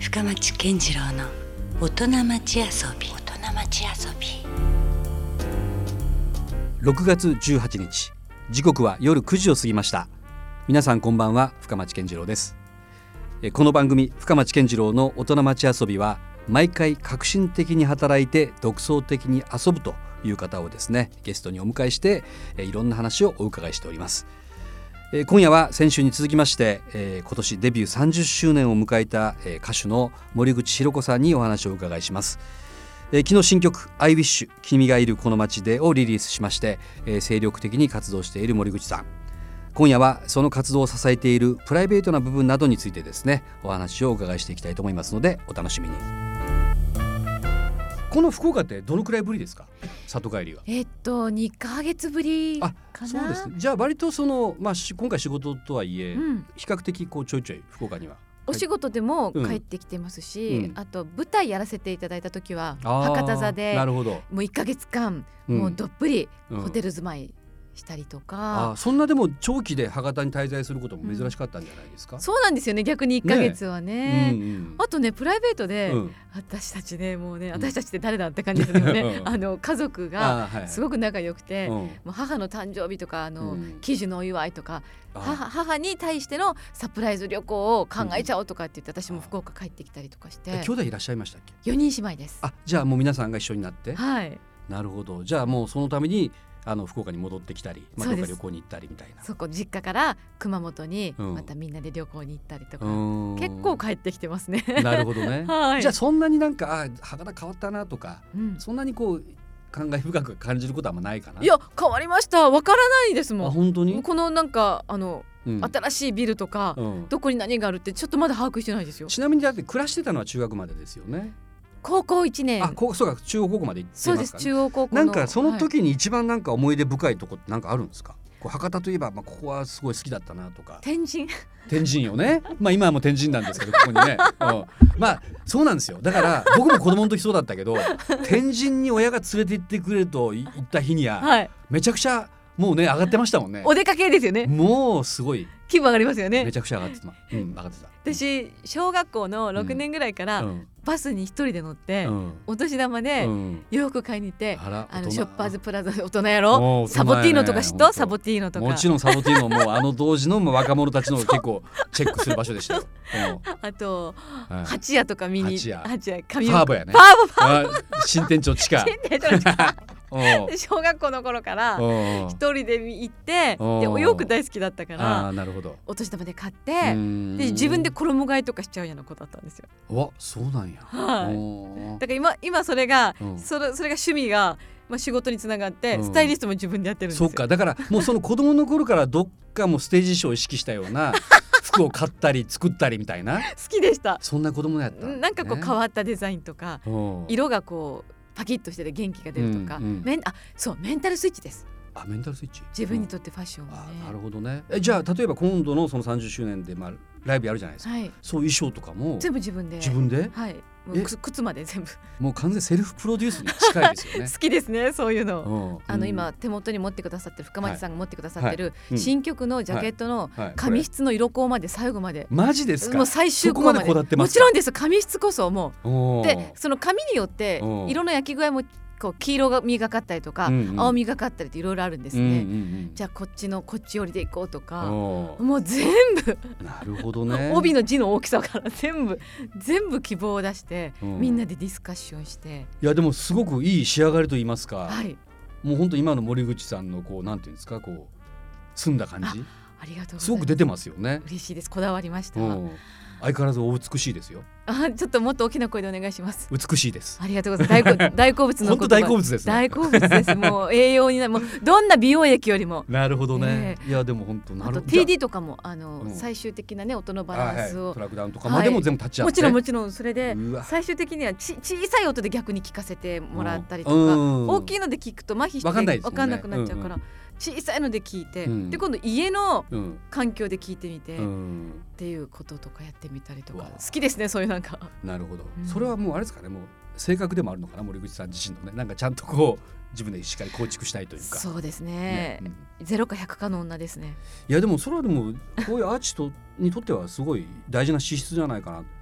深町健次郎の大人町遊び。 6月18日、時刻は夜9時を過ぎました。皆さんこんばんは、深町健次郎です。この番組深町健次郎の大人町遊びは、毎回革新的に働いて独創的に遊ぶという方をですね、ゲストにお迎えしていろんな話をお伺いしております。今夜は先週に続きまして、今年デビュー30周年を迎えた、歌手の森口博子さんにお話をお伺いします。昨日新曲 I Wish 君がいるこの街でをリリースしまして、精力的に活動している森口さん、今夜はその活動を支えているプライベートな部分などについてですね、お話をお伺いしていきたいと思いますので、お楽しみに。この福岡ってどのくらいぶりですか、里帰りは。 2ヶ月ぶりかな。 そうですね。じゃあ割と今回仕事とはいえ、比較的ちょいちょい福岡にはお仕事でも帰ってきてますし、あと舞台やらせていただいた時は博多座でもう1ヶ月間もうどっぷりホテル住まいしたりとか、 そんなでも長期で博多に滞在することも珍しかったんじゃないですか。 そうなんですよね、逆に1ヶ月はね。あとね、プライベートで、私たちね、もうね、私たちって誰だって感じですよね。家族がすごく仲良くて、もう母の誕生日とか喜寿のお祝いとか、母に対してのサプライズ旅行を考えちゃおうとかって言って、私も福岡帰ってきたりとかして。 兄弟いらっしゃいましたっけ。 4人姉妹です。 じゃあもう皆さんが一緒になって。 はい。 なるほど。じゃあもうそのために福岡に戻ってきたり、どっか旅行に行ったりみたいな。 そこ実家から熊本にまたみんなで旅行に行ったりとか、結構帰ってきてますね。 なるほどね。じゃあそんなに博多変わったなとか、そんなに感慨深く感じることはあんまないかな。 いや、変わりました。わからないですもん。 本当に。 この新しいビルとか、どこに何があるってちょっとまだ把握してないですよ。 ちなみにだって暮らしてたのは中学までですよね。 高校1年。 そうか、中央高校まで行ってますからね。 そうです、中央高校の。 なんかその時に一番なんか思い出深いとこってなんかあるんですか。博多といえば、ここはすごい好きだったなとか。 天神よね。今はもう天神なんですけど、ここにね。そうなんですよ。だから僕も子供の時そうだったけど、天神に親が連れて行ってくれると言った日には、めちゃくちゃもうね、上がってましたもんね。 お出かけですよね。 もうすごい気分上がりますよね。 めちゃくちゃ上がってた。上がってた。 私小学校の6年ぐらいからバスに一人で乗って、お年玉で洋服買いに行って、ショッパーズプラザ大人やろ。サボティーノとか知っと。サボティーノとか。 もちろんサボティーノも当時の若者たちの結構チェックする場所でしたよ。 あと八谷とか見に行って、 ファーボやね。新店長地下。 小学校の頃から一人で行って、でお洋服大好きだったから、お年玉で買って、で自分で衣替えとかしちゃうような子だったんですよ。 そうなんや。 だから今それが趣味が仕事につながって、スタイリストも自分でやってるんですよ。 そうか、だからもうその子供の頃からどっかもステージショーを意識したような服を買ったり作ったりみたいな。 好きでした。 そんな子供やった。 なんか変わったデザインとか、色がパキッとしてて元気が出るとか、メンタルスイッチです。 メンタルスイッチ。 自分にとってファッションはね。 なるほどね。じゃあ例えば今度のその30周年でライブやるじゃないですか。そういう衣装とかも全部自分で。はい。もう靴まで全部。 もう完全セルフプロデュースに近いですよね。 好きですね、そういうの。今手元に持ってくださってる深町さんが持ってくださってる新曲のジャケットの紙質の色こうまで最後まで。 マジですか。 もう最終項まで。もちろんです。紙質こそもう。でその紙によって色の焼き具合も黄色みがかったりとか、青みがかったりっていろいろあるんですね。じゃあこっち寄りでいこうとか、もう全部。 なるほどね。 帯の字の大きさから全部希望を出して、みんなでディスカッションして。 いやでもすごくいい仕上がりと言いますか、もう本当今の森口さんのなんていうんですか、澄んだ感じ、 ありがとうございます。 すごく出てますよね。 嬉しいです。こだわりました。 相変わらずお美しいですよ。 ちょっともっと大きな声でお願いします。 美しいです。 ありがとうございます。大好物の言葉。 本当大好物ですね。 大好物です。もう栄養になる。もうどんな美容液よりも。 なるほどね。いやでも本当なるほど。 あと TD とかも最終的なね、音のバランスをトラックダウンとかまでも全部立ち会って。 もちろんそれで最終的には小さい音で逆に聞かせてもらったりとか、大きいので聞くと麻痺して分かんなくなっちゃうから。小さいので聞いて、で今度家の環境で聞いてみて、っていうこととかやってみたりとか。好きですね、そういうなんか。 なるほど。それはもうあれですかね、もう性格でもあるのかな、森口さん自身のね。なんかちゃんと自分でしっかり構築したいというか。 そうですね。0か100かの女ですね。 いやでもそれはでもこういうアーティストにとってはすごい大事な資質じゃないかな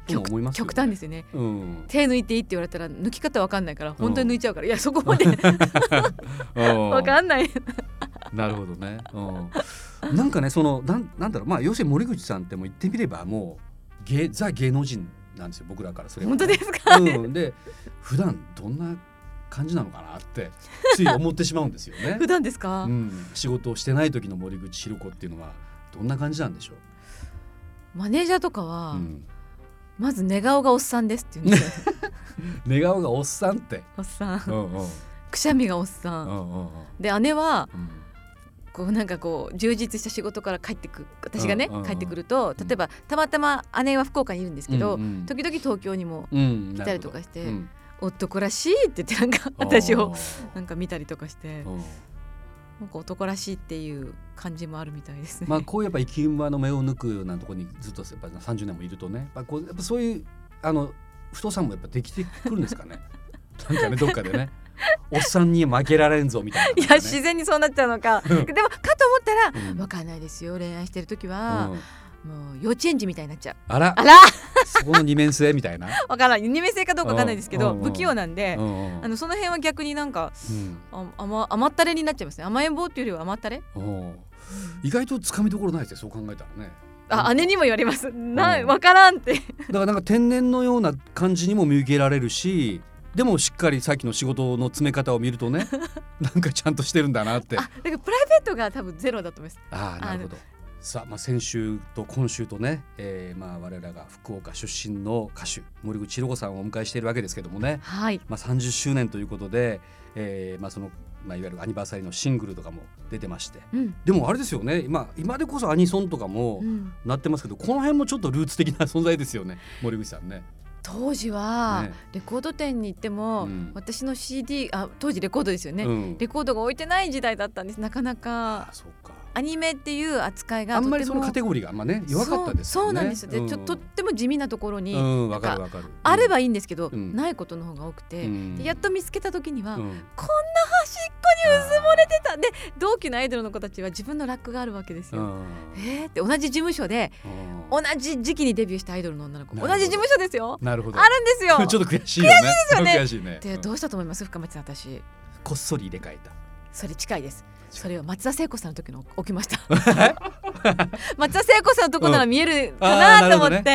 とも思いますよね。 極端ですよね、 うん、 手抜いていいって言われたら抜き方わかんないから本当に抜いちゃうから、いやそこまでわかんないなるほどね、うん、なんかねなんだろう、まあ要するに森口さんってもう言ってみればもうザ芸能人なんですよ、僕らからすれば、 本当ですか、 うん、で普段どんな感じなのかなってつい思ってしまうんですよね普段ですか、 うん、仕事をしてない時の森口博子っていうのはどんな感じなんでしょう。 マネージャーとかは、うん、まず寝顔がおっさんですって言うんですよ寝顔がおっさんっておっさん、 うんうん、 くしゃみがおっさん、うんうんうん、で姉は、うん、こうなんかこう充実した仕事から帰ってく私がね、うんうんうん、帰ってくると例えばたまたま姉は福岡にいるんですけど、うんうん、時々東京にも来たりとかして、うん、男らしいって言ってなんか私をなんか見たりとかしてなんか男らしいっていう感じもあるみたいですね。 まあこうやっぱ生き馬の目を抜くようなところにずっとやっぱ30年もいるとね、やっぱそういう太さもやっぱできてくるんですかねなんかねどっかでねおっさんに負けられんぞみたいな、ね、 いや自然にそうなっちゃうのかでもかと思ったら、分かんないですよ、恋愛してる時は、もう幼稚園児みたいになっちゃう。 あらそこの二面性みたいなわからない、二面性かどうかわかんないですけど不器用なんでその辺は逆になんか、甘ったれになっちゃいますね。甘えん坊っていうよりは甘ったれ、 意外とつかみどころないですよ、そう考えたらね。 姉にも言われます、わからんってだからなんか天然のような感じにも見受けられるし、でもしっかりさっきの仕事の詰め方を見るとねなんかちゃんとしてるんだなって。 だからプライベートが多分ゼロだと思います。 なるほど。さあ、先週と今週とね、我らが福岡出身の歌手森口博子さんをお迎えしているわけですけどもね、 はい、 30周年ということで、いわゆるアニバーサリーのシングルとかも出てまして、でもあれですよね、今でこそアニソンとかもなってますけど、この辺もちょっとルーツ的な存在ですよね、森口さんね。 当時はレコード店に行っても、私の CD 当時レコードですよね、レコードが置いてない時代だったんです。なかなかアニメっていう扱いがあんまりそのカテゴリーが弱かったですよね。 そうなんですよ。でとっても地味なところにあればいいんですけど、ないことの方が多くて、やっと見つけた時には、こんな端っこにうずもれてた。で同期のアイドルの子たちは自分のラックがあるわけですよ。って同じ事務所で同じ時期にデビューしたアイドルの女の子、同じ事務所ですよ。 なるほど、 あるんですよ。 ちょっと悔しいよね。 悔しいですよね。でどうしたと思います？深町さん。私こっそり入れ替えた。 それ近いです。それを松田聖子さんの時の起きました松田聖子さんのとこなら見えるかなと思って、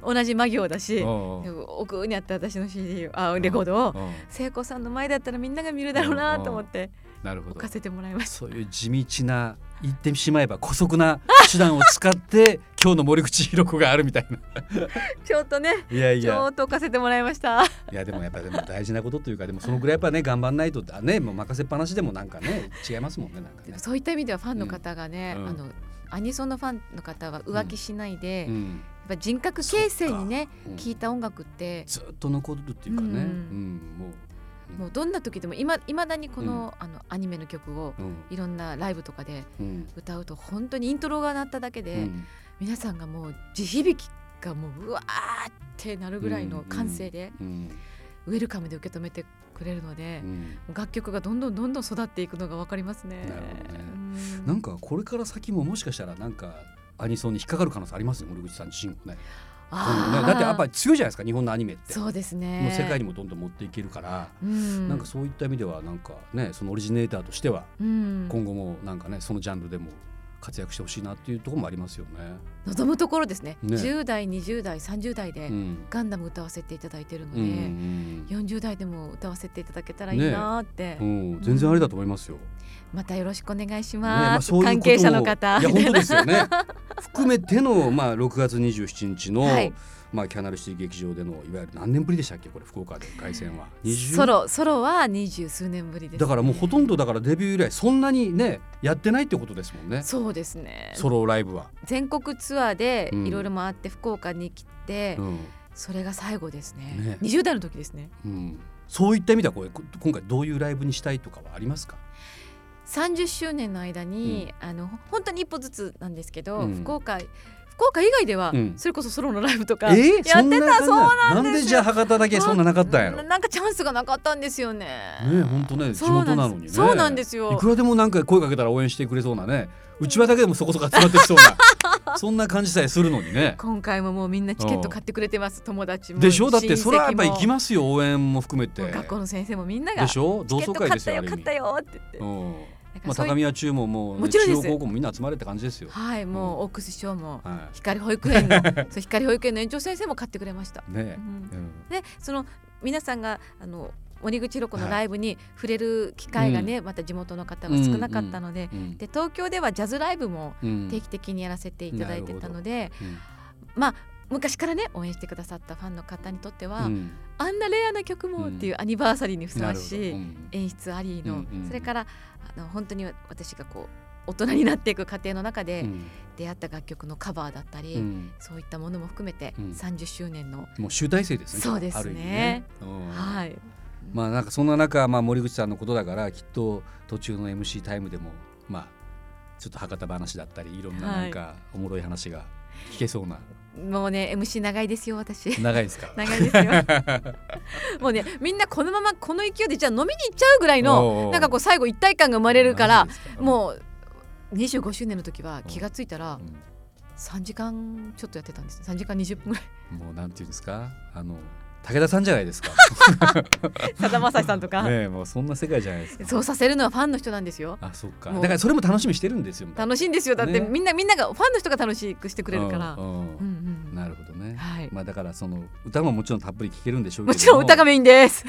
同じ魔行だし、奥にあった私の CD レコードを聖子さんの前だったらみんなが見るだろうなと思って置かせてもらいました。 そういう地道な、言ってしまえば姑息な手段を使って今日の森口博子があるみたいなちょっとね、ちょっと置かせてもらいました。 いやでもやっぱり大事なことというか、でもそのぐらいやっぱね頑張んないとね、もう任せっぱなしでもなんかね違いますもんね。なんかね、 そういった意味ではファンの方がね、アニソンのファンの方は浮気しないで、やっぱ人格形成にね聴いた音楽ってずっと残るっていうかね、 もうどんな時でもいまだにこの、アニメの曲をいろんなライブとかで歌うと、本当にイントロが鳴っただけで、皆さんがもう地響きがもううわーってなるぐらいの歓声で、ウェルカムで受け止めてくれるので、楽曲がどんどん育っていくのが分かりますね。 なるほどね。なんかこれから先ももしかしたらなんかアニソンに引っかかる可能性ありますよ、森口さん自身もね。だってやっぱり強いじゃないですか、日本のアニメって。 そうですね。 もう世界にもどんどん持っていけるから、なんかそういった意味ではなんかね、そのオリジネーターとしては、今後もなんかねそのジャンルでも活躍してほしいなっていうところもありますよね。 望むところですね。10代20代30代でガンダム歌わせていただいているので、40代でも歌わせていただけたらいいなって、 全然ありだと思いますよ。 またよろしくお願いします、関係者の方。 いや本当ですよね含めての、6月27日の、キャナルシティ劇場でのいわゆる何年ぶりでしたっけ、これ福岡で凱旋は。 ソロは20数年ぶりです、ね。 だからもうほとんどだからデビュー以来そんなにねやってないってことですもんね。 そうですね。 ソロライブは全国ツアーでいろいろ回って福岡に来て、それが最後ですね。20代の時ですね。そういった意味では今回どういうライブにしたいとかはありますか ？30周年の間に、本当に一歩ずつなんですけど、福岡以外では、それこそソロのライブとかやってた。そうなんですよ。 なんでじゃあ博多だけそんななかったんやろ。 なんかチャンスがなかったんですよね。 本当ね、地元なのにね。 そうなんですよ。 いくらでもなんか声かけたら応援してくれそうなね、うちわだけでもそこそこ集まってきそうなそんな感じさえするのにね。 今回ももうみんなチケット買ってくれてます。友達もでしょ。だってそれはやっぱり行きますよ、応援も含めて。 学校の先生もみんながでしょ。同窓会ですよ。 買ったよって言って、 高宮中ももう、 中央高校もみんな集まれって感じですよ。 はい、もう大楠師匠も光保育園のそう光保育園の園長先生も買ってくれましたね。でその皆さんが森口博子のライブに触れる機会がね、また地元の方は少なかったので、で東京ではジャズライブも定期的にやらせていただいてたので、まあ昔からね応援してくださったファンの方にとっては、あんなレアな曲もっていうアニバーサリーにふさわしい演出ありの、それから本当に私がこう大人になっていく過程の中で出会った楽曲のカバーだったり、そういったものも含めて30周年のもう集大成ですね。 そうですね。はい。 まあなんかそんな中、森口さんのことだからきっと途中の MC タイムでもちょっと博多話だったりいろんななんかおもろい話が聞けそうな。 もうね MC 長いですよ私。 長いですか。 長いですよもうねみんなこのままこの勢いでじゃあ飲みに行っちゃうぐらいのなんかこう最後一体感が生まれるから、もう25周年の時は気がついたら3時間ちょっとやってたんです。3時間20分ぐらい。もうなんていうんですか、武田さんじゃないですかさだまさしさんとかね、もうそんな世界じゃないですか。 そうさせるのはファンの人なんですよ。 あ、そっか。だからそれも楽しみにしてるんですよ。 楽しいんですよ。だってみんながファンの人が楽しくしてくれるから。 なるほどね。だからその歌ももちろんたっぷり聴けるんでしょうけども、 もちろん歌がメインです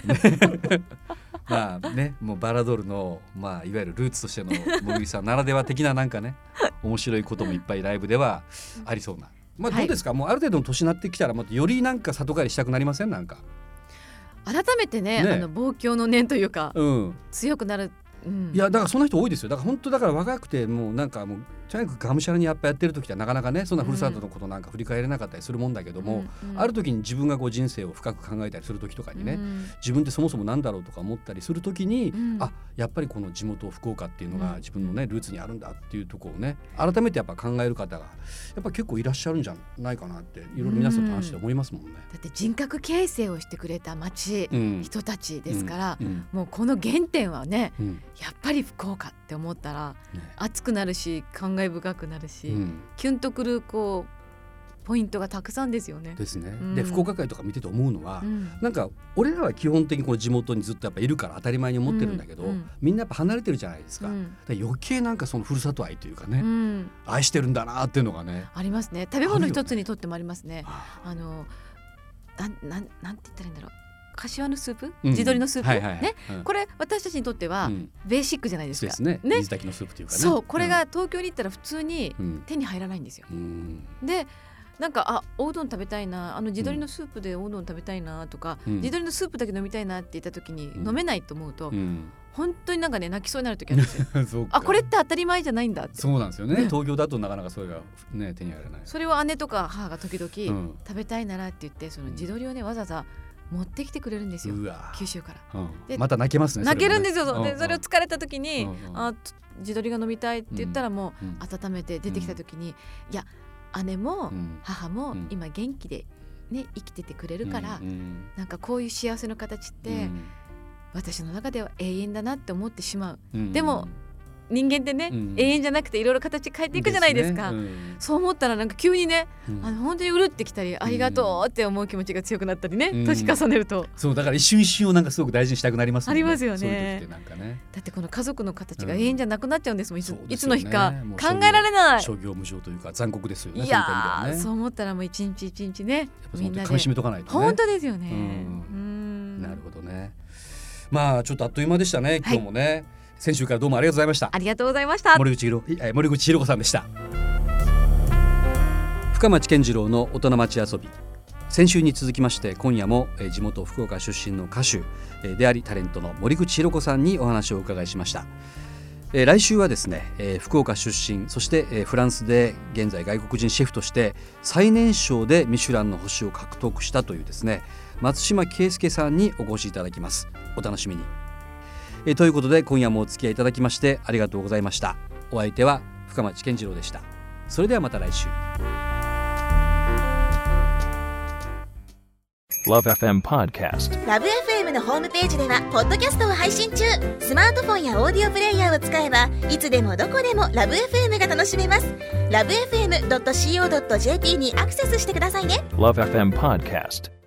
もうバラドルのいわゆるルーツとしての森口さんならでは的ななんかね面白いこともいっぱいライブではありそうな。どうですか、もうある程度の年になってきたらよりなんか里帰りしたくなりません？なんか改めてね望郷の念というか、強くなる。 いやだからそんな人多いですよ。だから本当だから若くてもうなんかもうとにかくがむしゃらにやってる時ってなかなかねそんなふるさとのことなんか振り返れなかったりするもんだけども、ある時に自分がこう人生を深く考えたりする時とかにね、自分ってそもそもなんだろうとか思ったりする時に、やっぱりこの地元福岡っていうのが自分のねルーツにあるんだっていうところをね改めてやっぱ考える方がやっぱ結構いらっしゃるんじゃないかなっていろいろ皆さんと話して思いますもんね。 だって人格形成をしてくれた町、人たちですから、もうこの原点はね、やっぱり福岡って思ったら、熱くなるし感慨深くなるし、キュンとくるこうポイントがたくさんですよね。 ですね。で福岡会とか見てて思うのは、なんか俺らは基本的にこう地元にずっとやっぱいるから当たり前に思ってるんだけど、みんなやっぱ離れてるじゃないですか。だから余計なんかそのふるさと愛というかね、愛してるんだなっていうのがねありますね。食べ物一つにとってもありますね。なんて言ったらいいんだろう、柏のスープ、地鶏のスープ、ね、これ私たちにとってはベーシックじゃないですか。 ですね。水炊きのスープというかね。 そう、これが東京に行ったら普通に手に入らないんですよ。でなんかおうどん食べたいな、地鶏のスープでおうどん食べたいなとか、地鶏のスープだけ飲みたいなって言った時に飲めないと思うと、本当になんかね泣きそうになる時あるんですよこれって当たり前じゃないんだって。 そうなんですよね。東京だとなかなかそれがね手に入らない。 それを姉とか母が時々食べたいならって言ってその地鶏をねわざわざ持ってきてくれるんですよ、九州から、 でまた泣けますね。 泣けるんですよ。でそれを疲れた時に、地鶏が飲みたいって言ったらもう温めて出てきた時に、いや姉も母も今元気でね生きててくれるから、なんかこういう幸せの形って、私の中では永遠だなって思ってしまう。でも人間ってね、永遠じゃなくていろいろ形変えていくじゃないですか。そう思ったらなんか急にね、本当にうるってきたり、ありがとうって思う気持ちが強くなったりね、年重ねると。 そうだから一瞬一瞬をなんかすごく大事にしたくなりますもんね。 ありますよね。 そういう時ってなんかね。 だってこの家族の形が永遠じゃなくなっちゃうんですもん。いつの日か考えられない。 諸行無常というか残酷ですよね。 いやそう思ったらもう一日一日ね、 みんなで噛み締めとかないとね。 本当ですよね。 なるほどね。まあちょっとあっという間でしたね今日もね。先週からどうもありがとうございました。 ありがとうございました。 森口博子さんでした。深町健次郎の大人町遊び、先週に続きまして今夜も地元福岡出身の歌手でありタレントの森口博子さんにお話をお伺いしました。来週はですね、福岡出身そしてフランスで現在外国人シェフとして最年少でミシュランの星を獲得したというですね松島圭介さんにお越しいただきます。お楽しみに。ということで今夜もお付き合いいただきましてありがとうございました。お相手は深町健次郎でした。それではまた来週。 LoveFM Podcast。 ラブ f m のホームページではポッドキャストを配信中。スマートフォンやオーディオプレイヤーを使えばいつでもどこでもラブ FM が楽しめます。ラブ FM.co.jp にアクセスしてくださいね。 LoveFM Podcast。